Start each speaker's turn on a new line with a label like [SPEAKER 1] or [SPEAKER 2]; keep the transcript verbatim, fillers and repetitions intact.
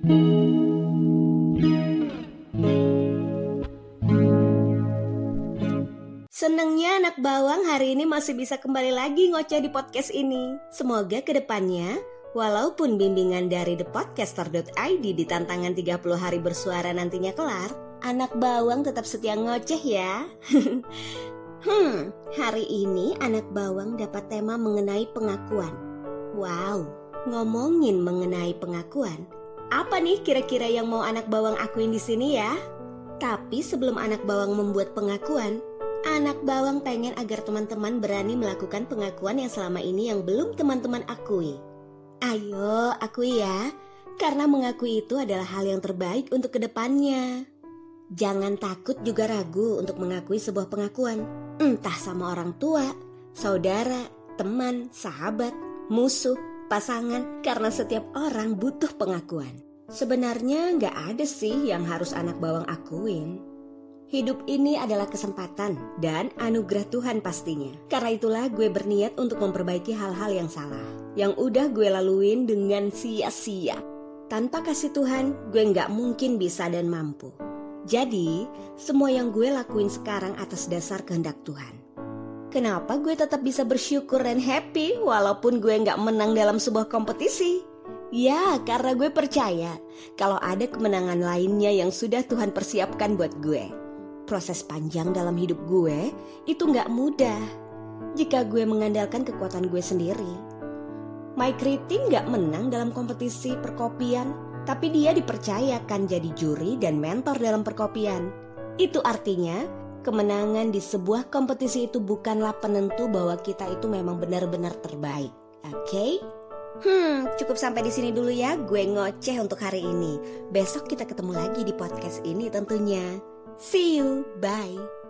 [SPEAKER 1] Senengnya anak bawang hari ini masih bisa kembali lagi ngoceh di podcast ini. Semoga kedepannya, walaupun bimbingan dari the podcaster dot i d di tantangan tiga puluh hari bersuara nantinya kelar, anak bawang tetap setia ngoceh ya. Hmm, hari ini anak bawang dapat tema mengenai pengakuan. Wow, ngomongin mengenai pengakuan, apa nih kira-kira yang mau anak bawang akuin di sini ya? Tapi sebelum anak bawang membuat pengakuan, anak bawang pengen agar teman-teman berani melakukan pengakuan yang selama ini yang belum teman-teman akui. Ayo akui ya, karena mengakui itu adalah hal yang terbaik untuk kedepannya. Jangan takut juga ragu untuk mengakui sebuah pengakuan, entah sama orang tua, saudara, teman, sahabat, musuh, pasangan, karena setiap orang butuh pengakuan. Sebenarnya gak ada sih yang harus anak bawang akuin. Hidup ini adalah kesempatan dan anugerah Tuhan pastinya. Karena itulah gue berniat untuk memperbaiki hal-hal yang salah, yang udah gue laluin dengan sia-sia. Tanpa kasih Tuhan, gue gak mungkin bisa dan mampu. Jadi, semua yang gue lakuin sekarang atas dasar kehendak Tuhan. Kenapa gue tetap bisa bersyukur dan happy walaupun gue gak menang dalam sebuah kompetisi? Ya, karena gue percaya kalau ada kemenangan lainnya yang sudah Tuhan persiapkan buat gue. Proses panjang dalam hidup gue itu gak mudah jika gue mengandalkan kekuatan gue sendiri. Mike Riting gak menang dalam kompetisi perkopian, tapi dia dipercayakan jadi juri dan mentor dalam perkopian. Itu artinya kemenangan di sebuah kompetisi itu bukanlah penentu bahwa kita itu memang benar-benar terbaik. Oke? Okay? Hmm, cukup sampai di sini dulu ya gue ngoceh untuk hari ini. Besok kita ketemu lagi di podcast ini tentunya. See you, bye.